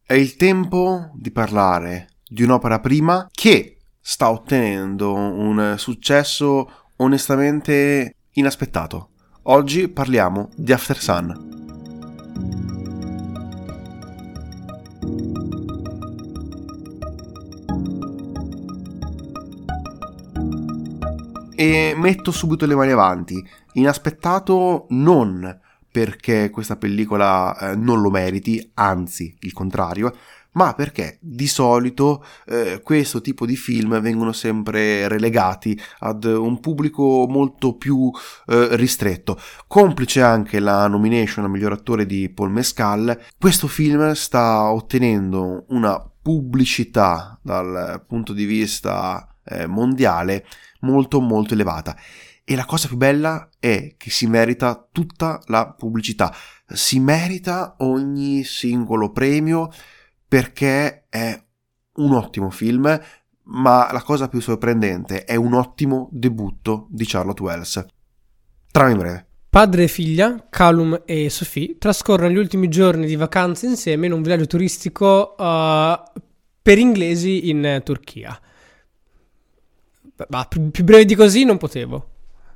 È il tempo di parlare di un'opera prima che sta ottenendo un successo onestamente inaspettato. Oggi parliamo di After Sun. E metto subito le mani avanti. Inaspettato non perché questa pellicola non lo meriti, anzi il contrario, ma perché di solito questo tipo di film vengono sempre relegati ad un pubblico molto più ristretto. Complice anche la nomination a miglior attore di Paul Mescal, questo film sta ottenendo una pubblicità dal punto di vista mondiale molto molto elevata. E la cosa più bella è che si merita tutta la pubblicità, si merita ogni singolo premio perché è un ottimo film, ma la cosa più sorprendente è un ottimo debutto di Charlotte Wells. Trama in breve. Padre e figlia, Callum e Sophie, trascorrono gli ultimi giorni di vacanze insieme in un villaggio turistico per inglesi in Turchia. Ma più breve di così non potevo.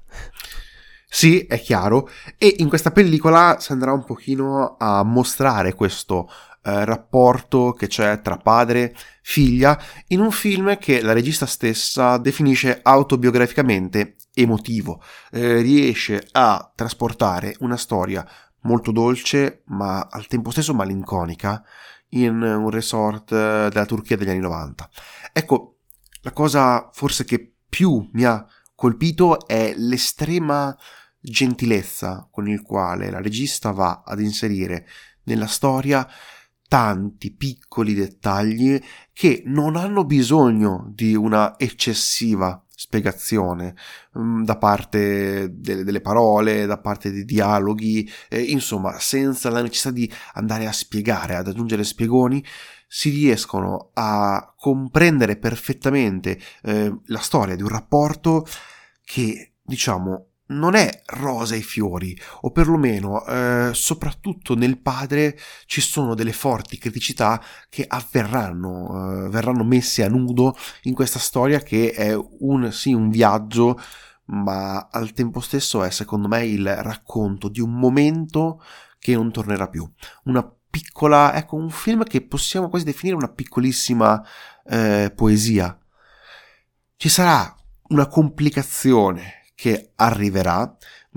Sì, è chiaro, e in questa pellicola si andrà un pochino a mostrare questo rapporto che c'è tra padre e figlia in un film che la regista stessa definisce autobiograficamente emotivo. Riesce a trasportare una storia molto dolce ma al tempo stesso malinconica in un resort della Turchia degli anni 90. Ecco, la cosa forse che più mi ha colpito è l'estrema gentilezza con il quale la regista va ad inserire nella storia tanti piccoli dettagli che non hanno bisogno di una eccessiva spiegazione da parte delle parole, da parte dei dialoghi, insomma, senza la necessità di andare a spiegare, ad aggiungere spiegoni, si riescono a comprendere perfettamente la storia di un rapporto che, diciamo, non è rosa e fiori, o perlomeno, soprattutto nel padre ci sono delle forti criticità che verranno messe a nudo in questa storia che è un viaggio, ma al tempo stesso è secondo me il racconto di un momento che non tornerà più. Una piccola, ecco, un film che possiamo quasi definire una piccolissima poesia. Ci sarà una complicazione che arriverà,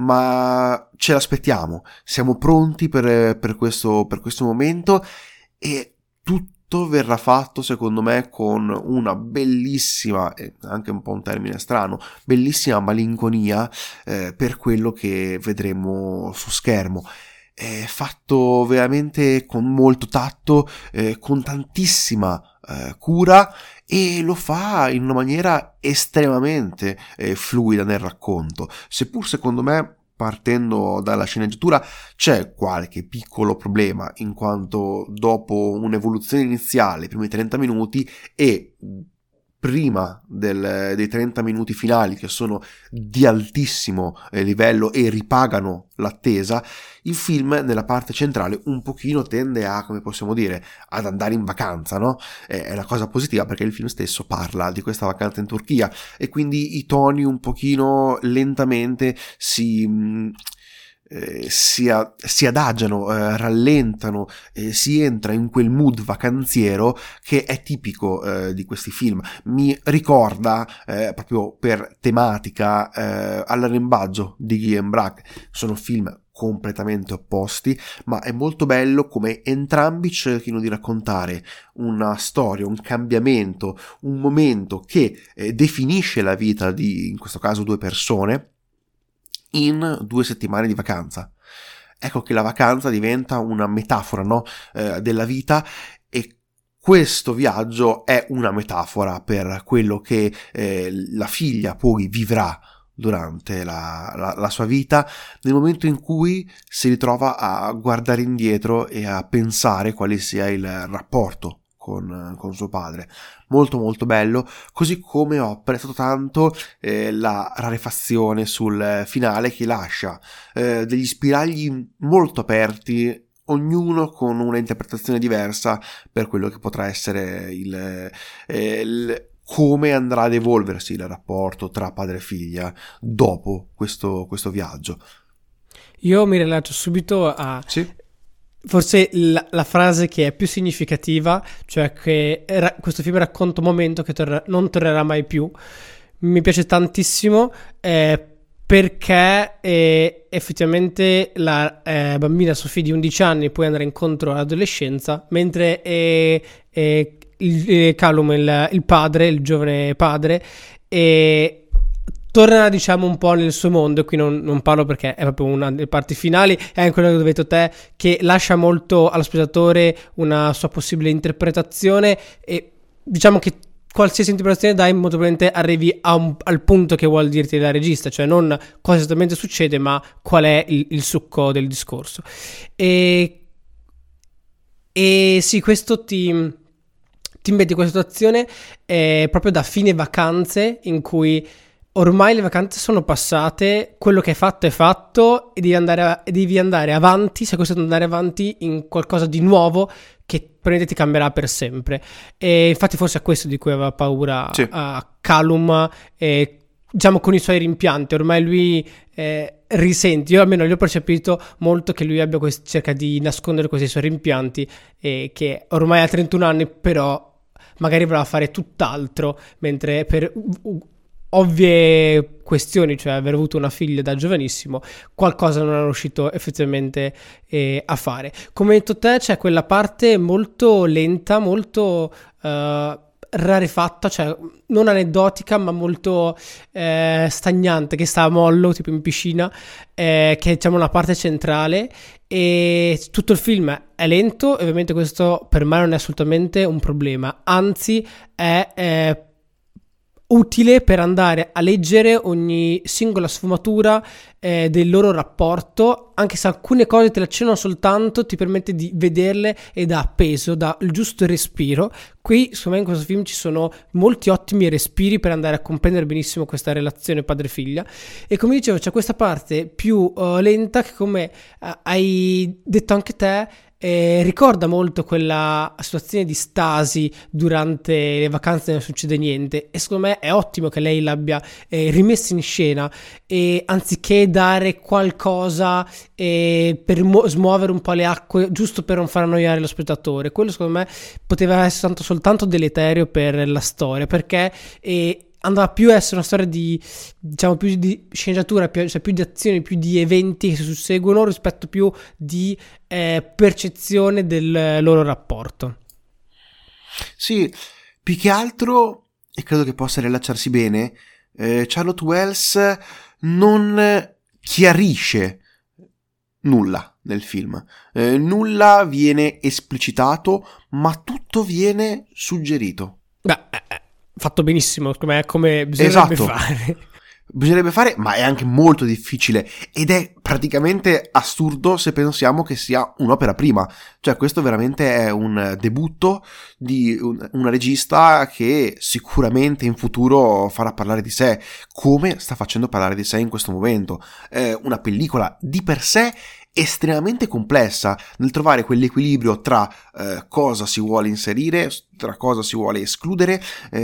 ma ce l'aspettiamo, siamo pronti per questo momento, e tutto verrà fatto secondo me con una bellissima, anche un po' un termine strano, bellissima malinconia per quello che vedremo su schermo. È fatto veramente con molto tatto, con tantissima cura, e lo fa in una maniera estremamente fluida nel racconto, seppur secondo me partendo dalla sceneggiatura c'è qualche piccolo problema, in quanto dopo un'evoluzione iniziale, i primi 30 minuti e prima dei 30 minuti finali, che sono di altissimo livello e ripagano l'attesa, il film nella parte centrale un pochino tende a, come possiamo dire, ad andare in vacanza, no? È la cosa positiva perché il film stesso parla di questa vacanza in Turchia, e quindi i toni un pochino lentamente si adagiano, rallentano, si entra in quel mood vacanziero che è tipico di questi film. Mi ricorda proprio per tematica all'Arrembaggio di Guillaume Braque. Sono film completamente opposti, ma è molto bello come entrambi cerchino di raccontare una storia, un cambiamento, un momento che definisce la vita di, in questo caso, due persone in 2 settimane di vacanza. Ecco che la vacanza diventa una metafora, no? Della vita, e questo viaggio è una metafora per quello che la figlia poi vivrà durante la sua vita, nel momento in cui si ritrova a guardare indietro e a pensare quale sia il rapporto con suo padre. Molto molto bello, così come ho apprezzato tanto la rarefazione sul finale, che lascia degli spiragli molto aperti ognuno con una interpretazione diversa per quello che potrà essere come andrà ad evolversi il rapporto tra padre e figlia dopo questo viaggio. Io mi rilascio subito a Sì? forse la frase che è più significativa, cioè che questo film racconta un momento che non tornerà mai più. Mi piace tantissimo perché effettivamente la bambina Sophie di 11 anni poi andrà incontro all'adolescenza, mentre Callum, il padre, il giovane padre, torna diciamo un po' nel suo mondo. E qui non parlo perché è proprio una delle parti finali, è anche quello che ho detto te, che lascia molto allo spettatore una sua possibile interpretazione, e diciamo che qualsiasi interpretazione dai molto probabilmente arrivi al punto che vuol dirti la regista, cioè non cosa esattamente succede ma qual è il succo del discorso. E sì, questo ti metti in questa situazione proprio da fine vacanze, in cui ormai le vacanze sono passate, quello che è fatto e devi andare avanti, sei costretto ad andare avanti in qualcosa di nuovo che probabilmente ti cambierà per sempre. E infatti forse è questo di cui aveva paura Sì. Callum, diciamo con i suoi rimpianti. Ormai lui risente, io almeno gli ho percepito molto che lui cerca di nascondere questi suoi rimpianti, che ormai ha 31 anni, però magari voleva fare tutt'altro, mentre per ovvie questioni, cioè aver avuto una figlia da giovanissimo, qualcosa non è riuscito effettivamente a fare. Come hai detto te, c'è quella parte molto lenta, molto rarefatta, cioè non aneddotica ma molto stagnante, che sta a mollo tipo in piscina, che è diciamo una parte centrale, e tutto il film è lento. Ovviamente questo per me non è assolutamente un problema, anzi è utile per andare a leggere ogni singola sfumatura del loro rapporto, anche se alcune cose te le accennano soltanto, ti permette di vederle e dà peso, dà il giusto respiro. Qui secondo me in questo film ci sono molti ottimi respiri per andare a comprendere benissimo questa relazione padre-figlia. E come dicevo, c'è questa parte più lenta che, come hai detto anche te, ricorda molto quella situazione di stasi durante le vacanze, non succede niente, e secondo me è ottimo che lei l'abbia rimessa in scena, e anziché dare qualcosa per smuovere un po' le acque giusto per non far annoiare lo spettatore, quello secondo me poteva essere soltanto deleterio per la storia, perché andava più a essere una storia di, diciamo, più di sceneggiatura, cioè più di azioni, più di eventi che si susseguono, rispetto più di percezione del loro rapporto. Sì, più che altro, e credo che possa rilacciarsi bene, Charlotte Wells non chiarisce nulla nel film, nulla viene esplicitato, ma tutto viene suggerito. Beh, fatto benissimo, come bisognerebbe Esatto. fare. Bisognerebbe fare, ma è anche molto difficile, ed è praticamente assurdo se pensiamo che sia un'opera prima. Cioè, questo veramente è un debutto di una regista che sicuramente in futuro farà parlare di sé, come sta facendo parlare di sé in questo momento. È una pellicola di per sé estremamente complessa nel trovare quell'equilibrio tra cosa si vuole inserire, tra cosa si vuole escludere,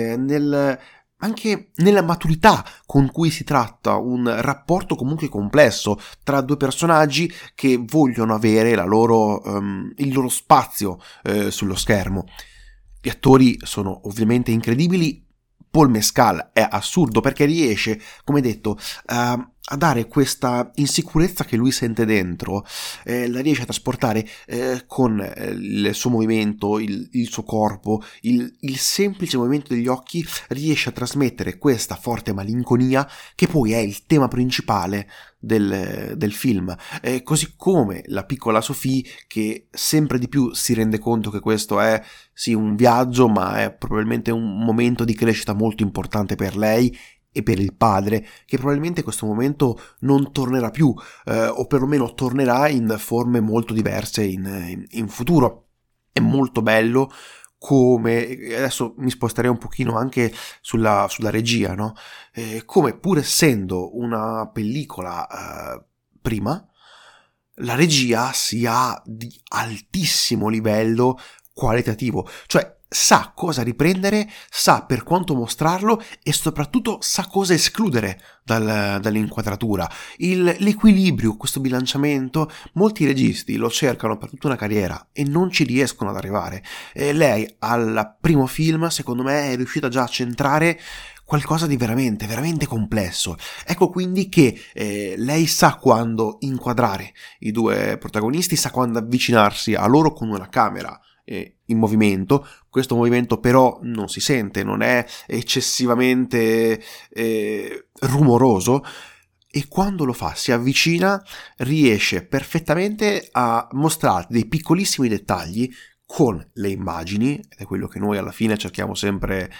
anche nella maturità con cui si tratta un rapporto comunque complesso tra due personaggi che vogliono avere il loro spazio sullo schermo. Gli attori sono ovviamente incredibili. Paul Mescal è assurdo perché riesce, come detto, a dare questa insicurezza che lui sente dentro, la riesce a trasportare con il suo movimento, il suo corpo, il semplice movimento degli occhi, riesce a trasmettere questa forte malinconia che poi è il tema principale del film, così come la piccola Sophie, che sempre di più si rende conto che questo è sì un viaggio, ma è probabilmente un momento di crescita molto importante per lei e per il padre, che probabilmente in questo momento non tornerà più, o perlomeno tornerà in forme molto diverse in futuro. È molto bello come, adesso mi sposterei un pochino anche sulla regia, no? Come pur essendo una pellicola prima, la regia sia di altissimo livello qualitativo, cioè sa cosa riprendere, sa per quanto mostrarlo e soprattutto sa cosa escludere dall'inquadratura. L'equilibrio, questo bilanciamento, molti registi lo cercano per tutta una carriera e non ci riescono ad arrivare. Lei al primo film, secondo me, è riuscita già a centrare qualcosa di veramente, veramente complesso. Ecco quindi che lei sa quando inquadrare i due protagonisti, sa quando avvicinarsi a loro con una camera in movimento. Questo movimento però non si sente, non è eccessivamente rumoroso, e quando lo fa, si avvicina, riesce perfettamente a mostrare dei piccolissimi dettagli con le immagini, ed è quello che noi alla fine cerchiamo sempre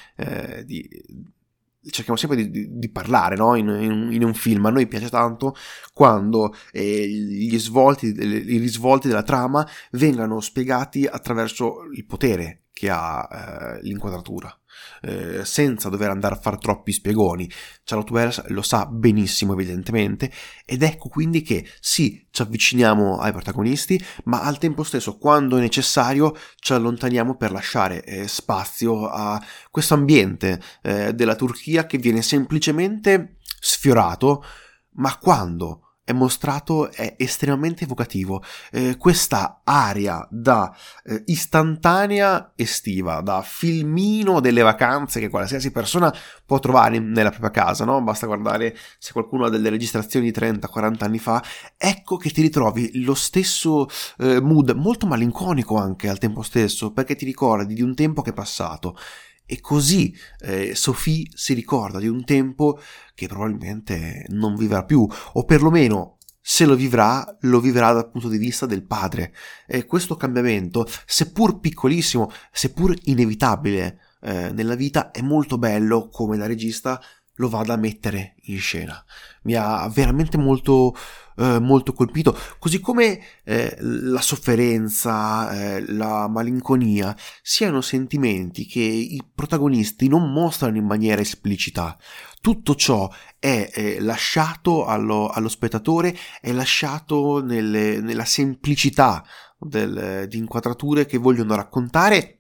di parlare, no? in un film. A noi piace tanto quando i risvolti della trama vengano spiegati attraverso il potere che ha l'inquadratura, senza dover andare a fare troppi spiegoni. Charlotte Wells lo sa benissimo, evidentemente, ed ecco quindi che sì, ci avviciniamo ai protagonisti, ma al tempo stesso, quando è necessario, ci allontaniamo per lasciare spazio a questo ambiente della Turchia che viene semplicemente sfiorato, ma quando è mostrato è estremamente evocativo. Questa aria da istantanea estiva, da filmino delle vacanze che qualsiasi persona può trovare nella propria casa, no? Basta guardare se qualcuno ha delle registrazioni di 30-40 anni fa, ecco che ti ritrovi lo stesso mood, molto malinconico anche al tempo stesso, perché ti ricordi di un tempo che è passato. E così Sophie si ricorda di un tempo che probabilmente non vivrà più, o perlomeno se lo vivrà dal punto di vista del padre. E questo cambiamento, seppur piccolissimo, seppur inevitabile nella vita, è molto bello come la regista lo vada a mettere in scena. Mi ha veramente molto colpito, così come la sofferenza, la malinconia siano sentimenti che i protagonisti non mostrano in maniera esplicita. Tutto ciò è lasciato allo spettatore, è lasciato nella semplicità di inquadrature che vogliono raccontare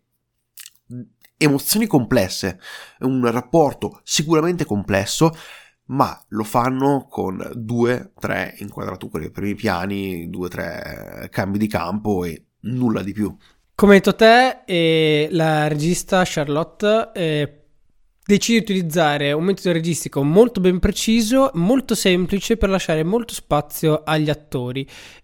emozioni complesse, un rapporto sicuramente complesso, ma lo fanno con 2-3 inquadrature, primi piani, 2-3 cambi di campo e nulla di più. Come hai detto te, la regista Charlotte decide di utilizzare un metodo registico molto ben preciso, molto semplice, per lasciare molto spazio agli attori.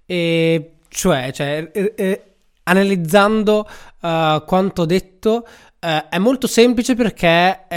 Analizzando quanto detto, è molto semplice perché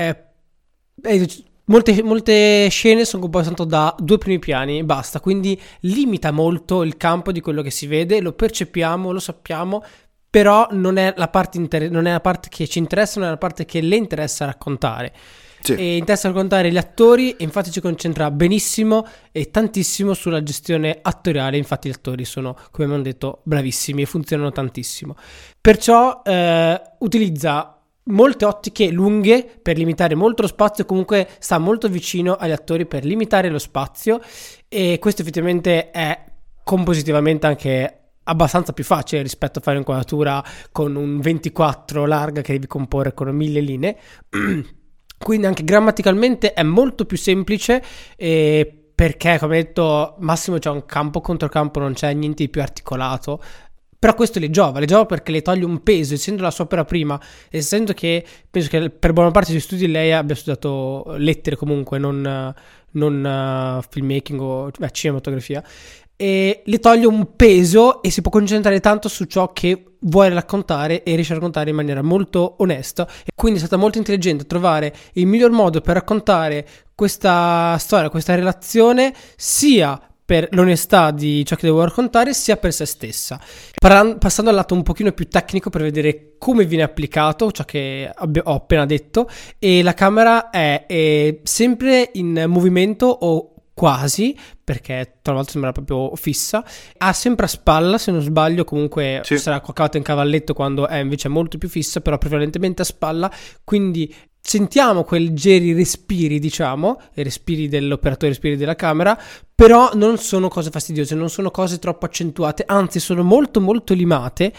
molte scene sono composte soltanto da 2 primi piani e basta, quindi limita molto il campo di quello che si vede, lo percepiamo, lo sappiamo, però non è la parte che ci interessa, non è la parte che le interessa raccontare. Sì. E interessa raccontare gli attori, e infatti ci concentra benissimo e tantissimo sulla gestione attoriale. Infatti gli attori sono, come abbiamo detto, bravissimi e funzionano tantissimo. Perciò utilizza molte ottiche lunghe per limitare molto lo spazio, comunque sta molto vicino agli attori per limitare lo spazio, e questo effettivamente è compositivamente anche abbastanza più facile rispetto a fare un'inquadratura con un 24 larga che devi comporre con 1000 linee. Quindi anche grammaticalmente è molto più semplice, perché, come detto, massimo c'è un campo contro campo, non c'è niente di più articolato. Però questo le giova perché le toglie un peso, essendo la sua opera prima, essendo che penso che per buona parte dei studi lei abbia studiato lettere comunque, non filmmaking o cinematografia, e le toglie un peso e si può concentrare tanto su ciò che vuole raccontare e riesce a raccontare in maniera molto onesta. E quindi è stata molto intelligente trovare il miglior modo per raccontare questa storia, questa relazione, sia per l'onestà di ciò che devo raccontare, sia per se stessa. Passando al lato un pochino più tecnico per vedere come viene applicato ciò che ho appena detto, e la camera è sempre in movimento o quasi, perché tra l'altro sembra proprio fissa. Ha sempre a spalla, se non sbaglio, comunque Sì. sarà cavato in cavalletto quando è invece molto più fissa, però prevalentemente a spalla, quindi sentiamo quei leggeri respiri, diciamo, i respiri dell'operatore, i respiri della camera, però non sono cose fastidiose, non sono cose troppo accentuate, anzi sono molto molto limate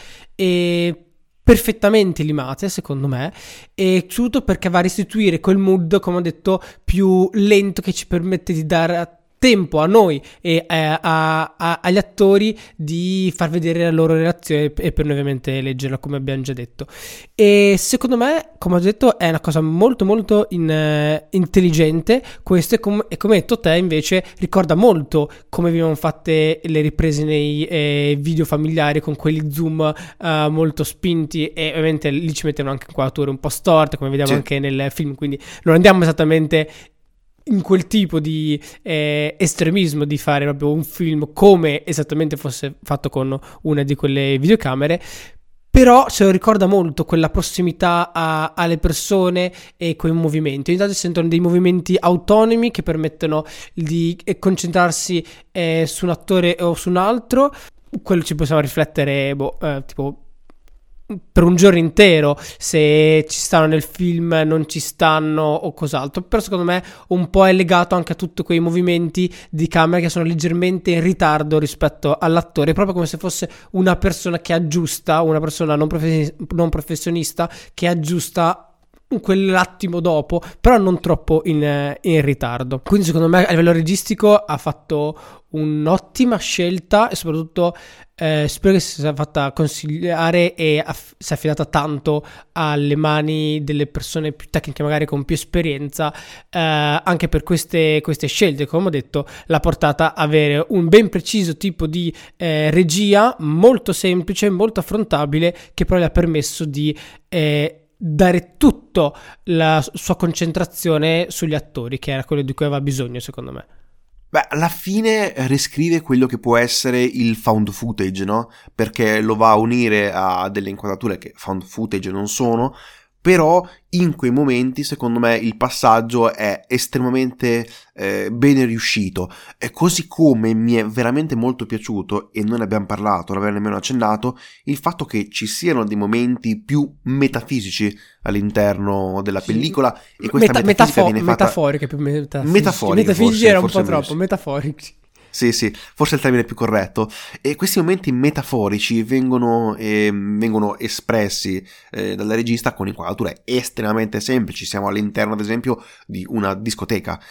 e perfettamente limate secondo me, e tutto perché va a restituire quel mood, come ho detto, più lento, che ci permette di dare tempo a noi e agli attori di far vedere la loro reazione e per noi ovviamente leggerla, come abbiamo già detto. E secondo me, come ho detto, è una cosa molto molto intelligente questo, e come hai detto te invece ricorda molto come venivano fatte le riprese nei video familiari, con quelli zoom molto spinti, e ovviamente lì ci mettevano anche inquadrature un po' storte, come vediamo Sì. anche nel film, quindi non andiamo esattamente in quel tipo di estremismo di fare proprio un film come esattamente fosse fatto con una di quelle videocamere, però se lo ricorda molto quella prossimità alle persone e quei movimenti. Ogni tanto si sentono dei movimenti autonomi che permettono di concentrarsi su un attore o su un altro. Quello ci possiamo riflettere tipo per un giorno intero, se ci stanno nel film, non ci stanno o cos'altro. Però secondo me un po' è legato anche a tutti quei movimenti di camera che sono leggermente in ritardo rispetto all'attore, proprio come se fosse una persona che aggiusta, una persona non professionista che aggiusta quell'attimo dopo, però non troppo in ritardo. Quindi secondo me a livello registico ha fatto un'ottima scelta, e soprattutto spero che si sia fatta consigliare e si è affidata tanto alle mani delle persone più tecniche, magari con più esperienza, anche per queste scelte. Come ho detto, l'ha portata a avere un ben preciso tipo di regia, molto semplice, molto affrontabile, che però le ha permesso di dare tutto la sua concentrazione sugli attori, che era quello di cui aveva bisogno secondo me. Beh, alla fine riscrive quello che può essere il found footage, no? Perché lo va a unire a delle inquadrature che found footage non sono, però in quei momenti secondo me il passaggio è estremamente ben riuscito, così come mi è veramente molto piaciuto, e non ne abbiamo parlato, non abbiamo nemmeno accennato, il fatto che ci siano dei momenti più metafisici all'interno della pellicola, e questa metafisica viene fatta metaforica, più metaforica, metafisici era un forse po' troppo, metaforici. sì, forse è il termine più corretto. E questi momenti metaforici vengono espressi dal regista con inquadrature estremamente semplici. Siamo all'interno, ad esempio, di una discoteca,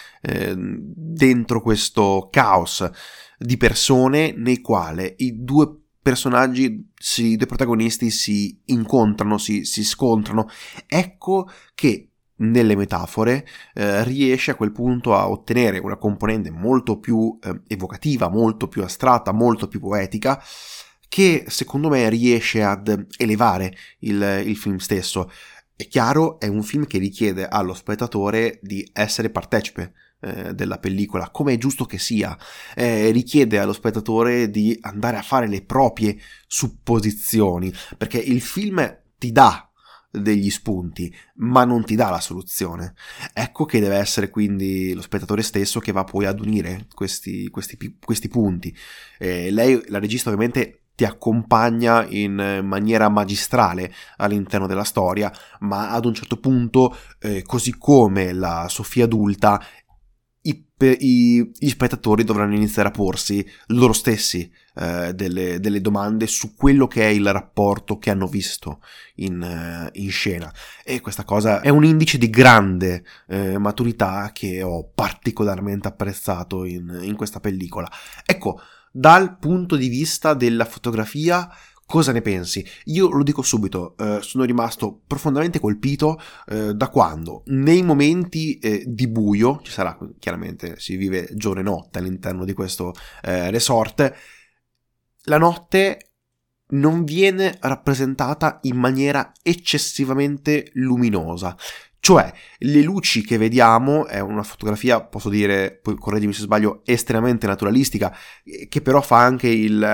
dentro questo caos di persone nei quali i due personaggi, i due protagonisti si incontrano, si scontrano. Ecco che nelle metafore riesce a quel punto a ottenere una componente molto più evocativa, molto più astratta, molto più poetica, che secondo me riesce ad elevare il film stesso. È chiaro, è un film che richiede allo spettatore di essere partecipe della pellicola, come è giusto che sia. Richiede allo spettatore di andare a fare le proprie supposizioni, perché il film ti dà degli spunti, ma non ti dà la soluzione. Ecco che deve essere quindi lo spettatore stesso che va poi ad unire questi punti. Lei, la regista, ovviamente ti accompagna in maniera magistrale all'interno della storia, ma ad un certo punto, così come la Sofia adulta, gli spettatori dovranno iniziare a porsi loro stessi delle domande su quello che è il rapporto che hanno visto in scena, e questa cosa è un indice di grande maturità che ho particolarmente apprezzato in questa pellicola. Ecco, dal punto di vista della fotografia, cosa ne pensi? Io lo dico subito, sono rimasto profondamente colpito da quando nei momenti di buio, ci sarà chiaramente, si vive giorno e notte all'interno di questo resort, la notte non viene rappresentata in maniera eccessivamente luminosa. Cioè, le luci che vediamo è una fotografia, posso dire, poi correggimi se sbaglio, estremamente naturalistica, che però fa anche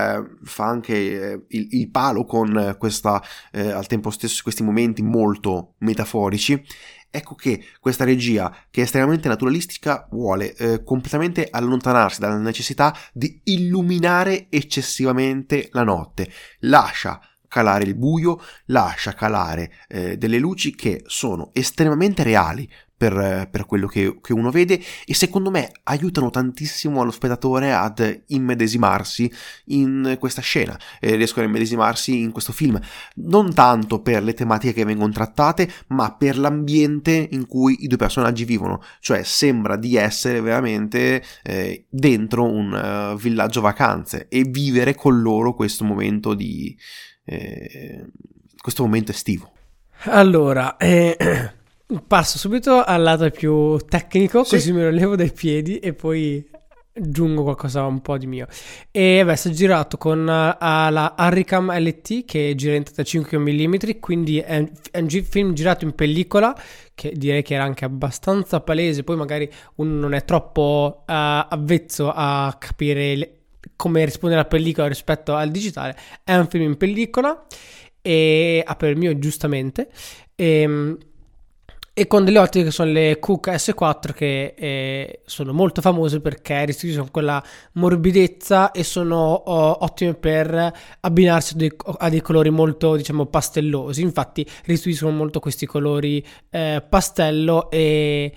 il palo con questa, al tempo stesso, questi momenti molto metaforici. Ecco che questa regia, che è estremamente naturalistica, vuole completamente allontanarsi dalla necessità di illuminare eccessivamente la notte. Lascia calare il buio, lascia calare delle luci che sono estremamente reali per quello che uno vede, e secondo me aiutano tantissimo allo spettatore ad immedesimarsi in questa scena, riescono a immedesimarsi in questo film, non tanto per le tematiche che vengono trattate, ma per l'ambiente in cui i due personaggi vivono, cioè sembra di essere veramente dentro un villaggio vacanze e vivere con loro questo momento estivo. Allora, passo subito al lato più tecnico, Sì. così me lo levo dai piedi e poi aggiungo qualcosa un po' di mio. E beh, sto girato con la Harrycam LT, che gira in 35 mm, quindi è un film girato in pellicola, che direi che era anche abbastanza palese. Poi magari uno non è troppo avvezzo a capire come risponde la pellicola rispetto al digitale. È un film in pellicola, e a per mio giustamente, e con delle ottiche che sono le Cooke S4, che sono molto famose perché restituiscono quella morbidezza e sono ottime per abbinarsi a dei colori molto, diciamo, pastellosi. Infatti restituiscono molto questi colori pastello, e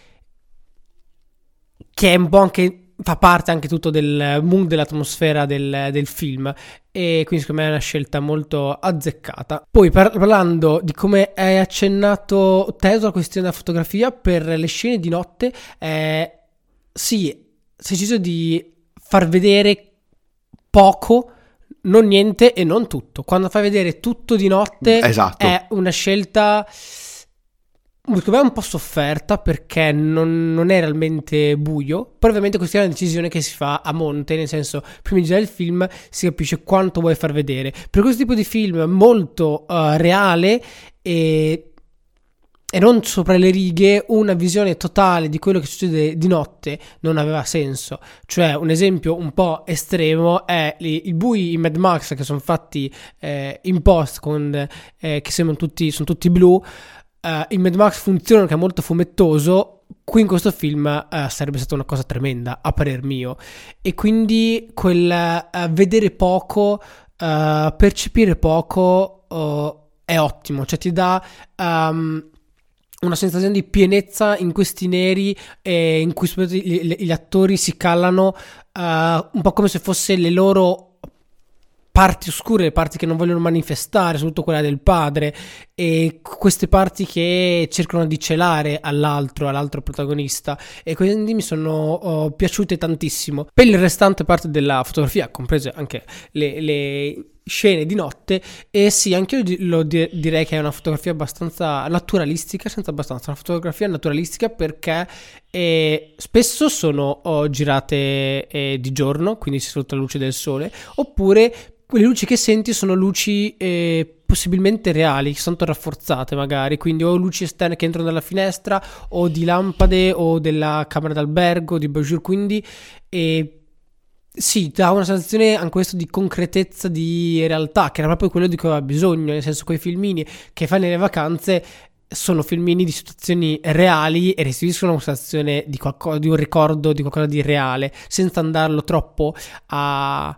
che è un po' anche, fa parte anche tutto del mood, dell'atmosfera del film, e quindi secondo me è una scelta molto azzeccata. Poi parlando di come hai accennato te sulla questione della fotografia, per le scene di notte sì, si è deciso di far vedere poco, non niente e non tutto. Quando fai vedere tutto di notte, Esatto. è una scelta secondo me un po' sofferta, perché non è realmente buio. Poi ovviamente questa è una decisione che si fa a monte, nel senso, prima di girare il film si capisce quanto vuoi far vedere. Per questo tipo di film molto reale e non sopra le righe, una visione totale di quello che succede di notte non aveva senso. Cioè, un esempio un po' estremo è i bui in Mad Max, che sono fatti in post che sembrano sono tutti blu. In Mad Max funzionano, che è molto fumettoso. Qui in questo film sarebbe stata una cosa tremenda, a parer mio. E quindi quel vedere poco, percepire poco, è ottimo. Cioè ti dà una sensazione di pienezza in questi neri, in cui gli attori si callano un po' come se fosse le loro parti oscure, le parti che non vogliono manifestare, soprattutto quella del padre, e queste parti che cercano di celare all'altro protagonista, e quindi mi sono piaciute tantissimo. Per il restante parte della fotografia, comprese anche le scene di notte, e sì, anche io direi che è una fotografia abbastanza naturalistica, una fotografia naturalistica, perché spesso sono girate di giorno, quindi si sfrutta la luce del sole, oppure le luci che senti sono luci possibilmente reali, tanto rafforzate magari, quindi o luci esterne che entrano dalla finestra, o di lampade, o della camera d'albergo, di Beaujour, quindi sì, dà una sensazione anche questo di concretezza, di realtà, che era proprio quello di cui aveva bisogno, nel senso, quei filmini che fai nelle vacanze sono filmini di situazioni reali e restituiscono una sensazione di qualcosa, di un ricordo, di qualcosa di reale, senza andarlo troppo a...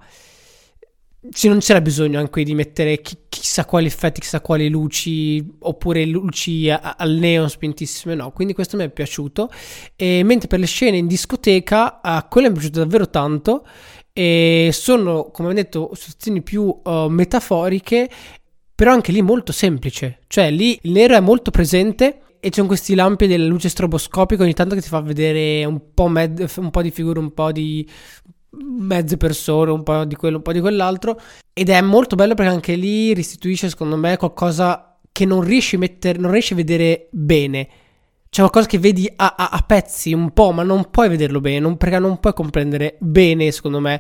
non c'era bisogno anche di mettere chissà quali effetti, chissà quali luci, oppure luci al neon spintissime, no. Quindi questo mi è piaciuto. E mentre per le scene in discoteca, quelle mi è piaciuto davvero tanto, e sono, come ho detto, situazioni più metaforiche, però anche lì molto semplice. Cioè lì il nero è molto presente, e c'è questi lampi della luce stroboscopica ogni tanto che ti fa vedere un po' di figure, un po' di mezze persone, un po' di quello, un po' di quell'altro, ed è molto bello perché anche lì restituisce, secondo me, qualcosa che non riesci a vedere bene. c'è qualcosa che vedi a pezzi un po', ma non puoi vederlo bene, perché non puoi comprendere bene, secondo me,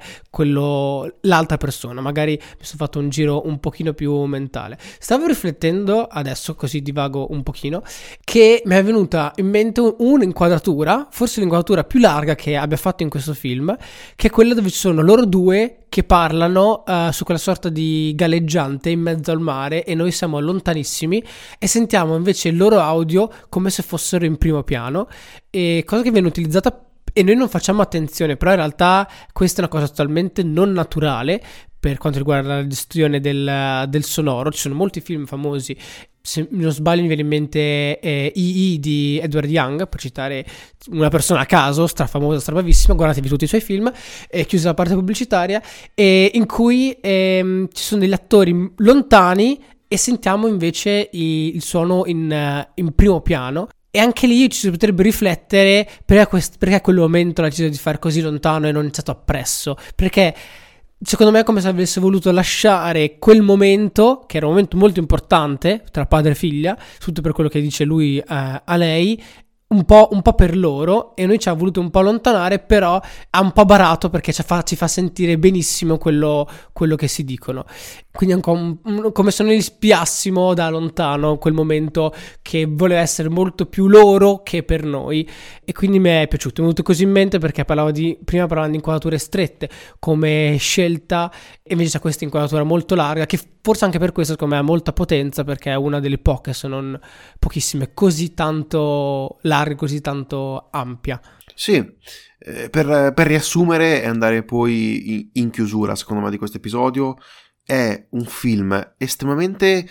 l'altra persona. Magari mi sono fatto un giro un pochino più mentale. Stavo riflettendo adesso, così divago un pochino, che mi è venuta in mente un'inquadratura, forse l'inquadratura più larga che abbia fatto in questo film, che è quella dove ci sono loro due che parlano su quella sorta di galleggiante in mezzo al mare e noi siamo lontanissimi e sentiamo invece il loro audio come se fossero in primo piano, e cosa che viene utilizzata e noi non facciamo attenzione, però in realtà questa è una cosa totalmente non naturale per quanto riguarda la gestione del sonoro. Ci sono molti film famosi, se non sbaglio mi viene in mente E.E. di Edward Young, per citare una persona a caso, strafamosa, strabavissima, guardatevi tutti i suoi film, chiusa la parte pubblicitaria, in cui ci sono degli attori lontani e sentiamo invece il suono in primo piano. E anche lì ci si potrebbe riflettere perché a quel momento ha deciso di fare così lontano e non iniziato appresso, perché secondo me è come se avesse voluto lasciare quel momento, che era un momento molto importante tra padre e figlia, tutto per quello che dice lui a lei, un po' per loro, e noi ci ha voluto un po' allontanare, però ha un po' barato perché ci fa sentire benissimo quello che si dicono. Quindi è un po' come se noi spiassimo da lontano quel momento che voleva essere molto più loro che per noi, e quindi mi è piaciuto. Mi è venuto così in mente perché prima parlavo di inquadrature strette come scelta, e invece c'è questa inquadratura molto larga che forse anche per questo secondo me ha molta potenza, perché è una delle poche, se non pochissime, così tanto larga, così tanto ampia. Sì, per riassumere e andare poi in chiusura, secondo me, di questo episodio, è un film estremamente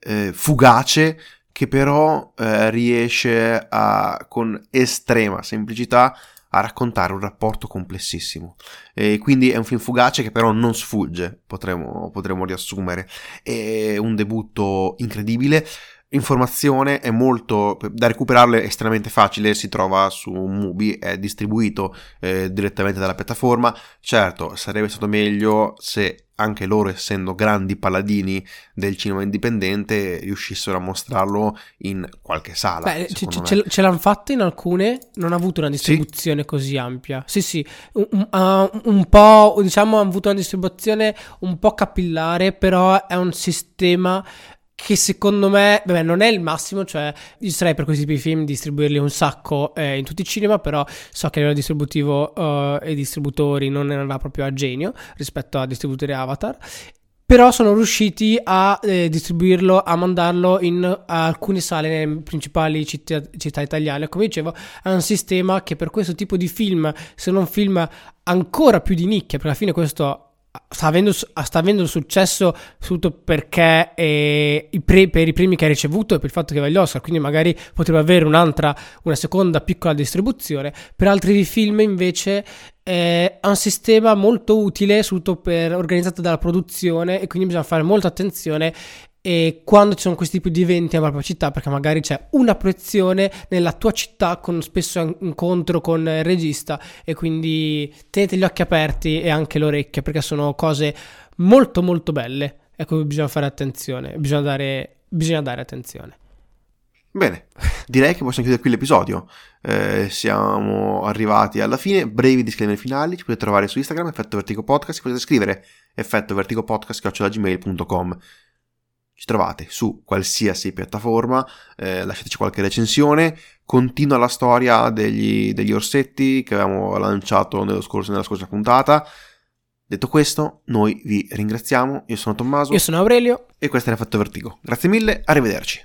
fugace, che però riesce con estrema semplicità a raccontare un rapporto complessissimo. E quindi è un film fugace che però non sfugge, potremmo riassumere. È un debutto incredibile. Informazione è molto da recuperarlo, è estremamente facile, si trova su Mubi, è distribuito direttamente dalla piattaforma. Certo, sarebbe stato meglio se anche loro, essendo grandi paladini del cinema indipendente, riuscissero a mostrarlo in qualche sala. Beh, ce l'hanno fatta in alcune, non ha avuto una distribuzione così ampia. Sì, un po', diciamo, ha avuto una distribuzione un po' capillare, però è un sistema che secondo me, non è il massimo, cioè io sarei per questi tipi di film distribuirli un sacco in tutti i cinema, però so che a livello distributivo e distributori non era proprio a genio rispetto a distributori Avatar, però sono riusciti a distribuirlo, a mandarlo in alcune sale nelle principali città italiane. Come dicevo, è un sistema che per questo tipo di film, se non film ancora più di nicchia, perché alla fine questo sta avendo successo soprattutto perché per i premi che ha ricevuto e per il fatto che va agli Oscar, quindi magari potrebbe avere una seconda piccola distribuzione. Per altri film invece è un sistema molto utile, soprattutto organizzato dalla produzione, e quindi bisogna fare molta attenzione e quando ci sono questi tipi di eventi nella propria città, perché magari c'è una proiezione nella tua città con spesso incontro con il regista, e quindi tenete gli occhi aperti e anche le orecchie, perché sono cose molto molto belle, ecco, bisogna fare attenzione, bisogna dare attenzione. Bene, direi che possiamo chiudere qui l'episodio. Siamo arrivati alla fine. Brevi disclaimer finali: ci potete trovare su Instagram, Effetto Vertigo Podcast, ci potete scrivere effettovertigopodcast@gmail.com. Ci trovate su qualsiasi piattaforma, lasciateci qualche recensione. Continua la storia degli orsetti che avevamo lanciato nella scorsa puntata. Detto questo, noi vi ringraziamo. Io sono Tommaso. Io sono Aurelio. E questo è l'Effetto Vertigo. Grazie mille, arrivederci.